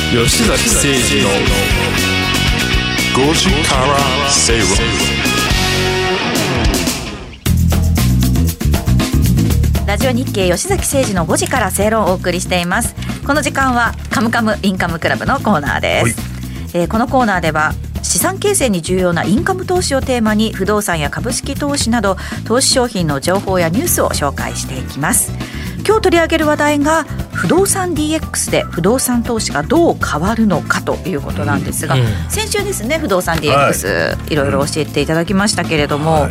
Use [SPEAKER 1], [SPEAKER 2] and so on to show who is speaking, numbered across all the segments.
[SPEAKER 1] 吉崎誠二の5時から正論。
[SPEAKER 2] ラジオ日経吉崎誠二の5時から正論をお送りしています。この時間はカムカムインカムクラブのコーナーです。このコーナーでは資産形成に重要なインカム投資をテーマに不動産や株式投資など投資商品の情報やニュースを紹介していきます。今日取り上げる話題が不動産 DX で不動産投資がどう変わるのかということなんですが、先週ですね、不動産 DX、いろいろ教えていただきましたけれども、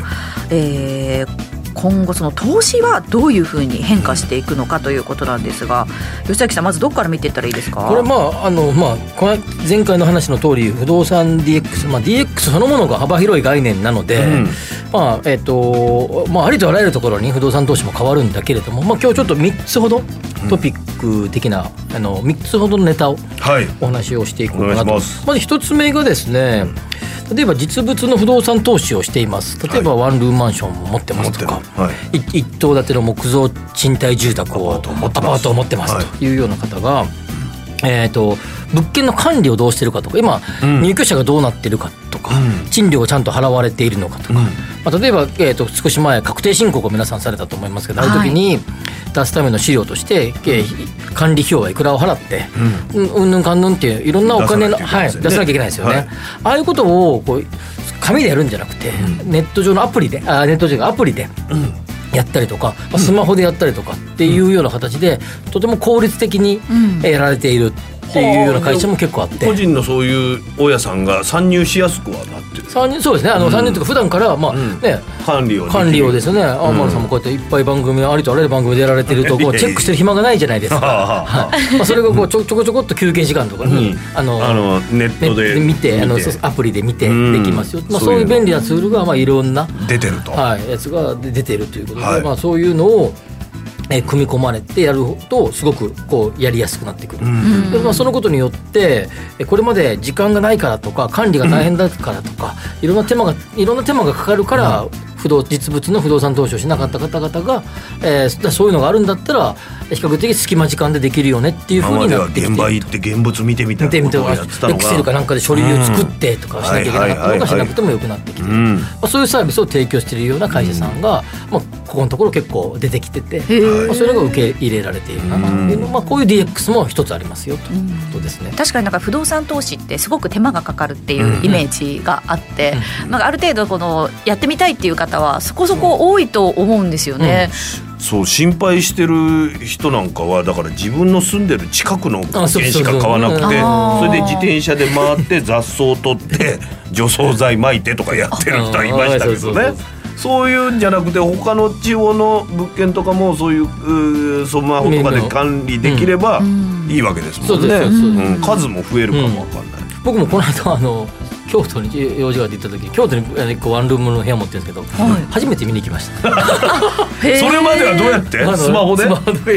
[SPEAKER 2] 今後その投資はどういうふうに変化していくのかということなんですが、吉崎さんまずどこから見ていったらいいですか。
[SPEAKER 3] これこの前回の話の通り不動産 DX、DX そのものが幅広い概念なので、ありとあらゆるところに不動産投資も変わるんだけれども、今日ちょっと3つほどトピック的な、3つほどのネタをお話をしていこうかなと。まず1つ目がですね、例えば実物の不動産投資をしています。例えばワンルームマンションを持ってますとか、一棟建ての木造賃貸住宅をアパートを持ってますというような方が、物件の管理をどうしてるかとか、今、入居者がどうなってるかとか、賃料がちゃんと払われているのかとか、例えば、少し前確定申告を皆さんされたと思いますけど、ある時に出すための資料として、管理費用はいくらを払ってうんぬんかんぬんっていういろんなお金の出さなきゃいけないですよね。ああいうことをこう紙でやるんじゃなくて、ネット上のアプリでやったりとか、スマホでやったりとかっていうような形で、とても効率的にやられているっていうような会社も結構あって、
[SPEAKER 4] 個人のそういう大家さんが参入しやすくはなってる。
[SPEAKER 3] そうですね、参入というか普段から
[SPEAKER 4] 管理を
[SPEAKER 3] ですね、天野さんもこうやっていっぱい番組、ありとあらゆる番組でやられてるとチェックしてる暇がないじゃないですか。それがこうちょこちょこっと休憩時間とかに、
[SPEAKER 4] ネットで
[SPEAKER 3] 見て、アプリで見てできますよ。そういう便利なツールがいろんな
[SPEAKER 4] 出てると、
[SPEAKER 3] やつが出てるということで、そういうのを組み込まれてやるとすごくこうやりやすくなってくる。でそのことによってこれまで時間がないからとか管理が大変だからとか、いろんな手間がかかるから、実物の不動産投資をしなかった方々が、そういうのがあるんだったら比較的隙間時間でできるよねっていうふうになってきて、
[SPEAKER 4] 現場行って現物見てみたいなことをやってたのが、
[SPEAKER 3] エクセルかなんかで書類を作ってとかしなきゃいけなかったのがしなくてもよくなってきて、そういうサービスを提供しているような会社さんが、ここのところ結構出てきてて、それが受け入れられているなというの、こういう DX も一つありますよということですね。
[SPEAKER 2] 確かになんか不動産投資ってすごく手間がかかるっていうイメージがあって、ある程度このやってみたいっていう方はそこそこ多いと思うんですよね。
[SPEAKER 4] そう心配してる人なんかはだから自分の住んでる近くの物件しか買わなくて、それで自転車で回って雑草を取って除草剤撒いてとかやってる人はいましたけどね。そういうんじゃなくて他の地方の物件とかもそういうスマホとかで管理できればいいわけですもんね。数も増えるかも分かんない。
[SPEAKER 3] 僕もこの間京都に用事が出た時、京都に1個ワンルームの部屋持ってるんですけど、初めて見に行きました。
[SPEAKER 4] それまではどうやってスマホで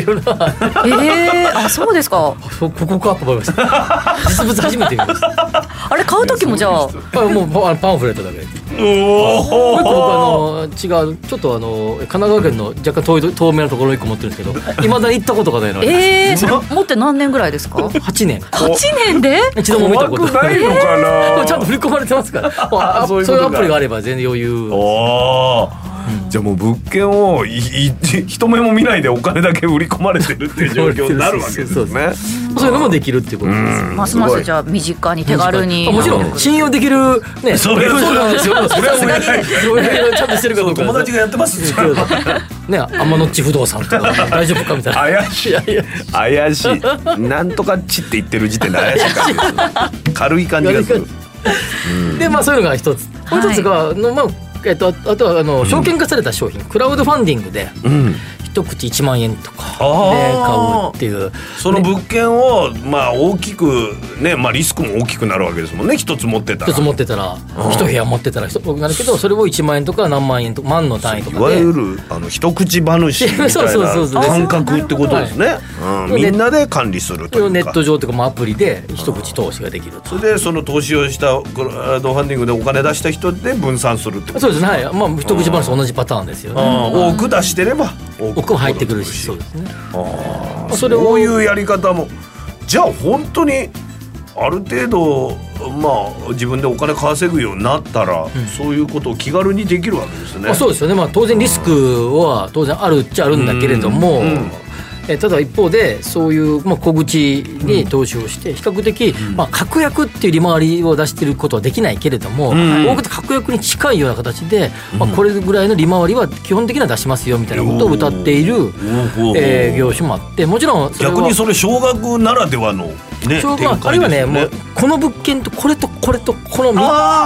[SPEAKER 2] そうですか。
[SPEAKER 3] ここかと思いました。実物初めて見ました。
[SPEAKER 2] あれ買う時もじゃあ
[SPEAKER 3] もうパンフレットだけ。違うちょっと神奈川県の若干遠めのところ1個持ってるんですけど、未だに行ったことがないので。
[SPEAKER 2] それ持って何年ぐらいですか。
[SPEAKER 3] 8年。
[SPEAKER 2] 8年で
[SPEAKER 3] 一度も見たこと
[SPEAKER 4] ないのかな。
[SPEAKER 3] ちゃんと振り込まれてますからそういうアプリがあれば全然余裕。
[SPEAKER 4] じゃあもう物件を一目も見ないでお金だけ売り込まれてるっていう状況になるわけですね。
[SPEAKER 3] そういうのもできるっていうことです。
[SPEAKER 2] ますますじゃあ身近に手軽に、
[SPEAKER 3] もちろん信用できるね。そうなんですよ。それはちゃんとしてるかどうか。
[SPEAKER 4] 友達がやってますね。
[SPEAKER 3] 天野っち不動産とか大丈夫かみたいな。
[SPEAKER 4] 怪しい。なんとかちって言ってる時点で怪しい感じです。軽い感じがする。
[SPEAKER 3] でそういうのが一つ。もう一つがあとは証券化された商品、クラウドファンディングで一口1万円とかで買うっていう、
[SPEAKER 4] その物件を大きくね、リスクも大きくなるわけですもんね。一つ持ってたら
[SPEAKER 3] 一部屋持ってたらなるけど、それを1万円とか何万円とか万の単位とかで、
[SPEAKER 4] いわゆる一口話みたいな感覚ってことですね。みんなで管理するというか、
[SPEAKER 3] ネット上とかアプリで一口投資ができる。
[SPEAKER 4] それでその投資をしたクラウドファンディングでお金出した人で分散するってこと。
[SPEAKER 3] そうですね。一口話と同じパターンですよね。
[SPEAKER 4] 多く出してれば
[SPEAKER 3] 多くも入ってくるし。そうですね。
[SPEAKER 4] そういうやり方もじゃあ本当にある程度自分でお金稼ぐようになったら、そういうことを気軽にできるわけですね。
[SPEAKER 3] そうですよね。当然リスクは当然あるっちゃあるんだけれども、ただ一方でそういう、小口に投資をして比較的、確約っていう利回りを出していることはできないけれども、大方確約に近いような形で、これぐらいの利回りは基本的には出しますよみたいなことを謳っている、業種もあって、もちろんそれは
[SPEAKER 4] 逆にそれ少額ならではの、ね、
[SPEAKER 3] あるいはね、もうこの物件とこれとこれとこの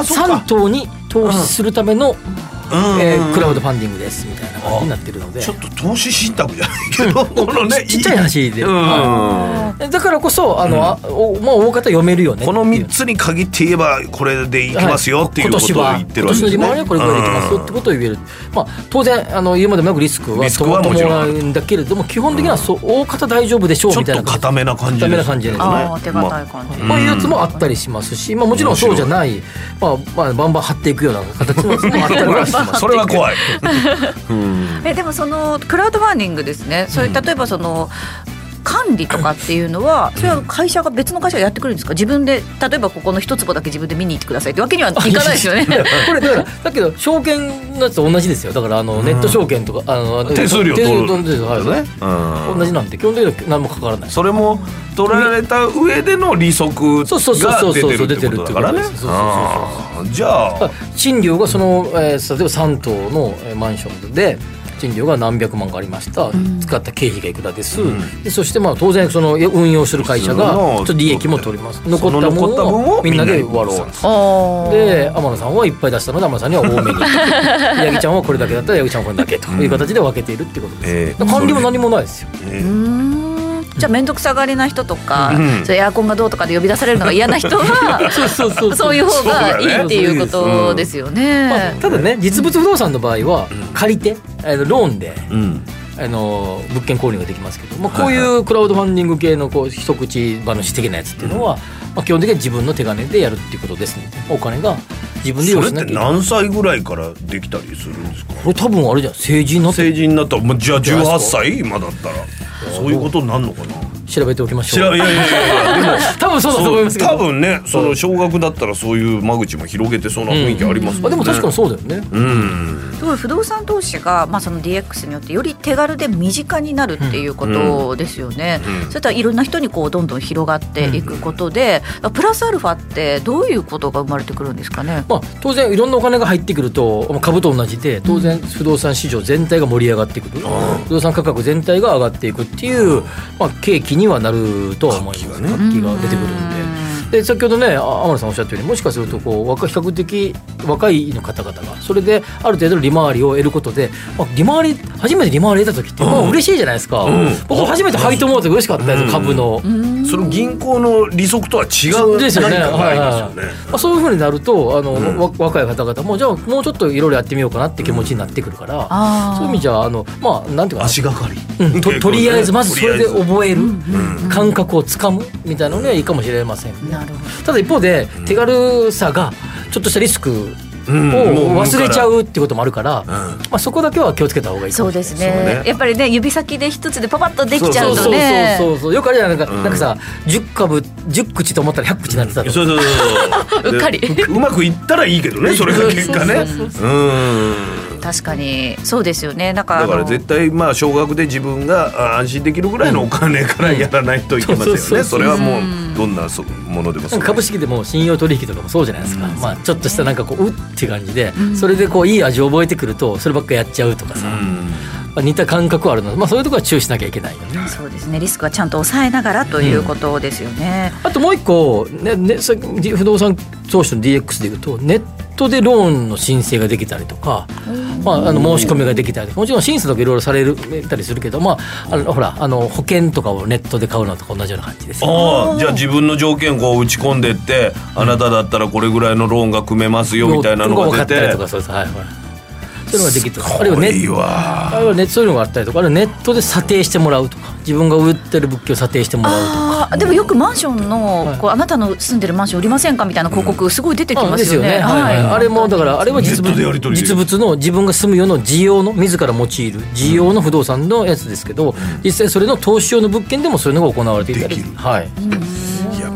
[SPEAKER 3] 3棟に投資するためのクラウドファンディングですみたいな感じになってるので、
[SPEAKER 4] ちょっと投資信託じゃないけどこのね
[SPEAKER 3] ちっちゃい話で、だからこそ大方読めるよね。
[SPEAKER 4] この3つに限って言えばこれでいきますよっていうことを言ってるわけですね。
[SPEAKER 3] 今年の利回りはこれぐらいでいきますよってことを言える。当然言うまでもなくリスクは伴うんだけれども、基本的には大方大丈夫でしょうみたいな、
[SPEAKER 4] ちょっと固めな感じですね。
[SPEAKER 2] 手堅い感じ、
[SPEAKER 3] いうやつもあったりしますし、もちろんそうじゃない、バンバン張っていくような形のやつもあったりはします。
[SPEAKER 4] それは怖い。
[SPEAKER 2] でもそのクラウドファンディングですね。それ例えばその管理とかっていうのは、それは会社が別の会社がやってくるんですか？自分で例えばここの一坪だけ自分で見に行ってくださいってわけにはいかないですよね。
[SPEAKER 3] これだけど証券のやつと同じですよ。だからネット証券とか
[SPEAKER 4] 手数料取る
[SPEAKER 3] 同じなんで基本的には何もかからない。
[SPEAKER 4] それも取られた上での利息が出てるってことだからね。じゃあ
[SPEAKER 3] 賃料がその例えば3棟のマンションで賃料が何百万かありました、使った経費がいくらです、でそして当然その運用する会社がちょっと利益も取ります。残ったものをみんなで割ろう。で天野さんはいっぱい出したので天野さんには多めに八木ちゃんはこれだけだったら八木ちゃんはこれだけという形で分けているっていうことです。管理も何もないですよ。
[SPEAKER 2] じゃあ面倒くさがりな人とか、エアコンがどうとかで呼び出されるのが嫌な人はそういう方がいいっていうことですよね。
[SPEAKER 3] ただね、実物不動産の場合は借りてローンで物件購入ができますけど、こういうクラウドファンディング系の一口話的なやつっていうのは、基本的に自分の手金でやるっていうことですので、お金が自分で用意しなきゃいけない。
[SPEAKER 4] それって何歳ぐらいからできたりするんですか？
[SPEAKER 3] これ多分あれじゃん、成人になったら
[SPEAKER 4] じゃあ18歳今だったらそういうことになるのかな。
[SPEAKER 3] 調べておきましょう。
[SPEAKER 4] いやでも
[SPEAKER 3] 多分そうだと思いますけど、
[SPEAKER 4] 多分ね、その少額だったらそういう間口も広げてそうな雰囲気ありますもんね。
[SPEAKER 3] でも確かにそうだよね。
[SPEAKER 2] すごい不動産投資が、その DX によってより手軽で身近になるっていうことですよね。それとはいろんな人にどんどん広がっていくことで、プラスアルファってどういうことが生まれてくるんですかね。
[SPEAKER 3] 当然いろんなお金が入ってくると株と同じで、当然不動産市場全体が盛り上がってくる、不動産価格全体が上がっていくっていう、契機にはなるとは思います。活気が出てくるんで、先ほどね天野さんおっしゃったように、もしかすると比較的若いの方々がそれである程度の利回りを得ることで、初めて利回り得た時って嬉しいじゃないですか。僕初めて配当もらって嬉しかったです、株の。
[SPEAKER 4] その銀行の利息とは違う
[SPEAKER 3] ですよね。そういう風になると若い方々もじゃあもうちょっといろいろやってみようかなって気持ちになってくるから、そういう意味じゃなんていうか
[SPEAKER 4] 足がかり、
[SPEAKER 3] とりあえずまずそれで覚える感覚をつかむみたいなのがいいかもしれませんね。ただ一方で手軽さがちょっとしたリスクを忘れちゃうってこともあるから、そこだけは気をつけた方がいいかもしれない。
[SPEAKER 2] そうですね。やっぱりね、指先で一つでパパッとできちゃうとね。
[SPEAKER 3] よくあれじゃないなんかさ、10口と思ったら100口になってたと。
[SPEAKER 2] うっかり
[SPEAKER 4] うまくいったらいいけどね、それが結果ね。
[SPEAKER 2] 確かにそうですよね。だ
[SPEAKER 4] から絶対少額で自分が安心できるぐらいのお金からやらないといけませんよね。それはもうどんなものでもそう。
[SPEAKER 3] 株式でも信用取引とかもそうじゃないですか。ちょっとしたなんかうっていう感じで、それでいい味を覚えてくるとそればっかやっちゃうとかさ、似た感覚はあるので、そういうところは注意しなきゃいけないよね。
[SPEAKER 2] そうですね。リスクはちゃんと抑えながらということですよね。
[SPEAKER 3] あともう一個、不動産投資の DX でいうと、ネットでローンの申請ができたりとか、申し込みができたりとか、もちろん審査とかいろいろされたりするけど、ほら保険とかをネットで買うのとか同じような感じですよ。
[SPEAKER 4] じゃあ自分の条件を打ち込んでって、あなただったらこれぐらいのローンが組めますよみたいなのが出て、そう
[SPEAKER 3] いうのができて、あるいはそういうのがあったりとか、あるいはネットで査定してもらうとか、自分が売ってる物件を査定してもらうとか。
[SPEAKER 2] でもよくマンションのあなたの住んでるマンション売りませんかみたいな広告すごい出てきますよね。
[SPEAKER 3] あれもだからあれは実物の自分が住む用の自用の自ら用いる自用の不動産のやつですけど、実際それの投資用の物件でもそういうのが行われていたり。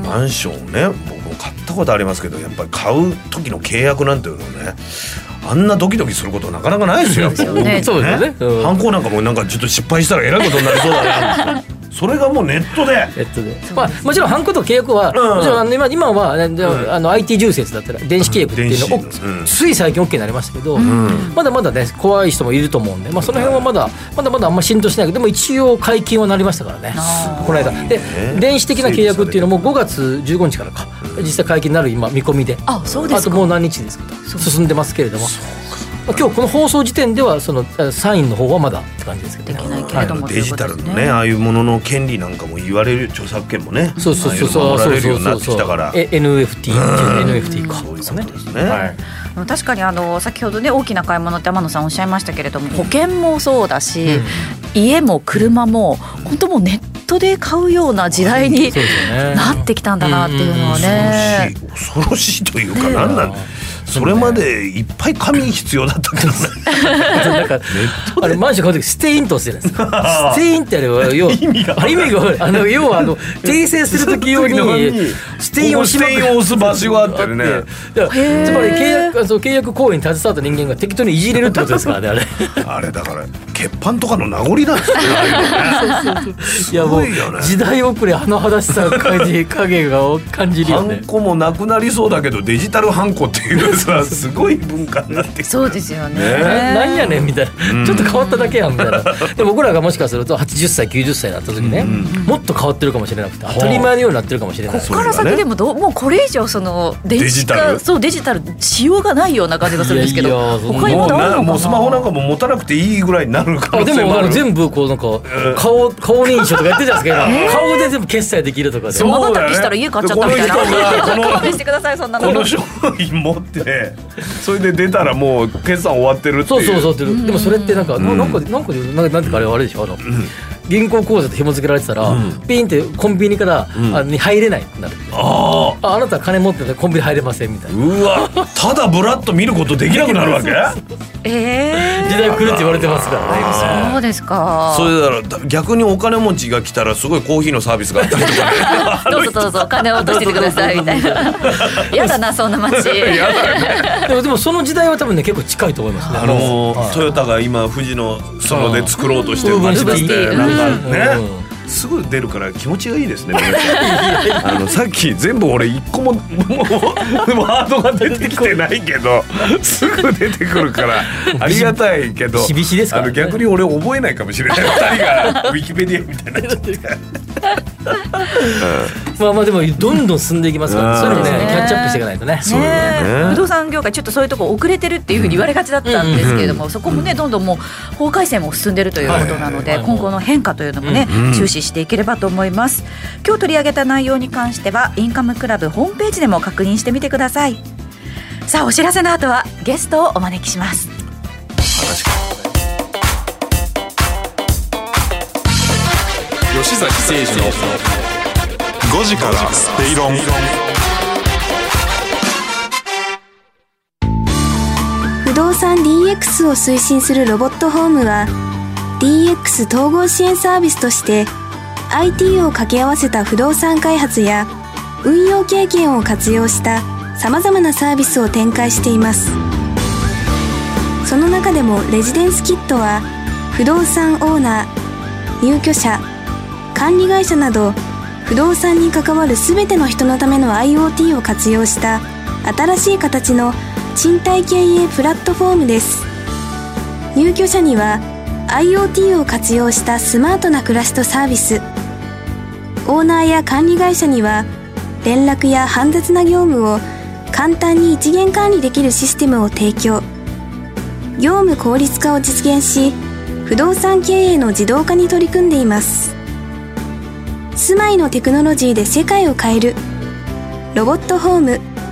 [SPEAKER 4] マンションをね僕も買ったことありますけど、やっぱり買う時の契約なんていうのね、あんなドキドキすることなかなかないですよ。
[SPEAKER 2] そうですよね。
[SPEAKER 4] 犯行なんかもなんかちょっと失敗したらえらいことになりそうだなそれがもうネットで、
[SPEAKER 3] まあ、もちろんハンコと契約は、もちろん今は、IT 重説だったら電子契約っていうのを、つい最近 OK になりましたけど、まだまだね怖い人もいると思うんで、まあ、その辺はまだあんまり浸透しないけど、でも一応解禁はなりましたからね、この間で電子的な契約っていうのも5月15日からか実際解禁になる今見込みで、
[SPEAKER 2] そうですか。
[SPEAKER 3] あともう何日ですけど進んでますけれども、今日この放送時点ではそのサインの方はまだって感じですけど、
[SPEAKER 2] できないけれども、
[SPEAKER 4] デジタルのねああいうものの権利なんかも言われる、著作権もね
[SPEAKER 3] そう
[SPEAKER 4] 守られるようになってきたから、
[SPEAKER 3] NFT NFT か、
[SPEAKER 4] そういうことですね。
[SPEAKER 2] 確かに先ほどね大きな買い物って天野さんおっしゃいましたけれども、保険もそうだし、家も車も本当もうネットで買うような時代になってきたんだなっていうのはね、
[SPEAKER 4] 恐ろしいというか、なんなんそれまでいっぱい紙必要だったけどね
[SPEAKER 3] なんかあれマンション買う時ステイントしてるんですよステインってあれは要は意味が要は訂正する時用にステインを
[SPEAKER 4] ステインを押す場所があってね、
[SPEAKER 3] つまり契約行為に携わった人間が適当にいじれるってことですからね
[SPEAKER 4] あれだから欠板とかの名残なんですよね
[SPEAKER 3] いやもう時代遅れ裸しさ影が感じるよね。
[SPEAKER 4] ハンコもなくなりそうだけどデジタルハンコっていうさすごい文化になってきて、
[SPEAKER 2] そうですよね。
[SPEAKER 3] なんやねんみたいな、ちょっと変わっただけやんみたいな。でも僕らがもしかすると80歳90歳になった時ね、もっと変わってるかもしれなくて当たり前のようになってるかもしれない。
[SPEAKER 2] ここから先でももうこれ以上そのデジタルしようがないような感じがするんですけど、他にもあるのかな。
[SPEAKER 4] もうスマホなんかも持たなくていいぐらいになる可能性もある。
[SPEAKER 3] でも全部こうなんか顔認証とかやってるじゃないですか、顔で全部決済できるとかで、
[SPEAKER 2] まばたきしたら家買っちゃったみたいな、勘弁してくださいそんなの。
[SPEAKER 4] この商品持ってそれで出たらもう決算終わってるっていう。
[SPEAKER 3] そうでもそれってなんかなんてかあれでしょ、銀行口座と紐付けられてたら、ピンってコンビニからに入れないってなる。あなた金持っててコンビニ入れませんみたいな。
[SPEAKER 4] うわただブラッと見ることできなくなるわけ
[SPEAKER 3] 時代来るって言われてますから
[SPEAKER 2] ね。そうですか。
[SPEAKER 4] それだから逆にお金持ちが来たらすごいコーヒーのサービスがあったりとかね
[SPEAKER 2] どうぞ金を落としててくださいみたいなやだなそんな街
[SPEAKER 3] でもその時代は多分ね結構近いと思いますね。
[SPEAKER 4] トヨタが今富士の園で作ろうとしてる街ってなんかねすぐ出るから気持ちがいいですねさっき全部俺一個もワードが出てきてないけどすぐ出てくるからありがたいけど
[SPEAKER 3] 厳しいですからね。
[SPEAKER 4] 逆に俺覚えないかもしれない2人がウィキペディアみたいになっちゃって
[SPEAKER 3] まあでもどんどん進んでいきますから、そういうのねキャッチアップしていかないとね。
[SPEAKER 2] 不動産業界ちょっとそういうとこ遅れてるっていうふうに言われがちだったんですけれども、そこもねどんどんもう法改正も進んでるということなので、今後の変化というのもね注視していければと思います。今日取り上げた内容に関してはインカムクラブホームページでも確認してみてください。さあお知らせの後はゲストをお招きします。
[SPEAKER 1] 吉崎誠二の5時から正論。
[SPEAKER 5] 不動産 DX を推進するロボットホームは DX 統合支援サービスとして IT を掛け合わせた不動産開発や運用経験を活用したさまざまなサービスを展開しています。その中でもレジデンスキットは不動産オーナー、入居者、管理会社など不動産に関わる全ての人のための IoT を活用した新しい形の賃貸経営プラットフォームです。入居者には IoT を活用したスマートな暮らしとサービス、オーナーや管理会社には連絡や煩雑な業務を簡単に一元管理できるシステムを提供、業務効率化を実現し不動産経営の自動化に取り組んでいます。住まいのテクノロジーで世界を変えるロボットホーム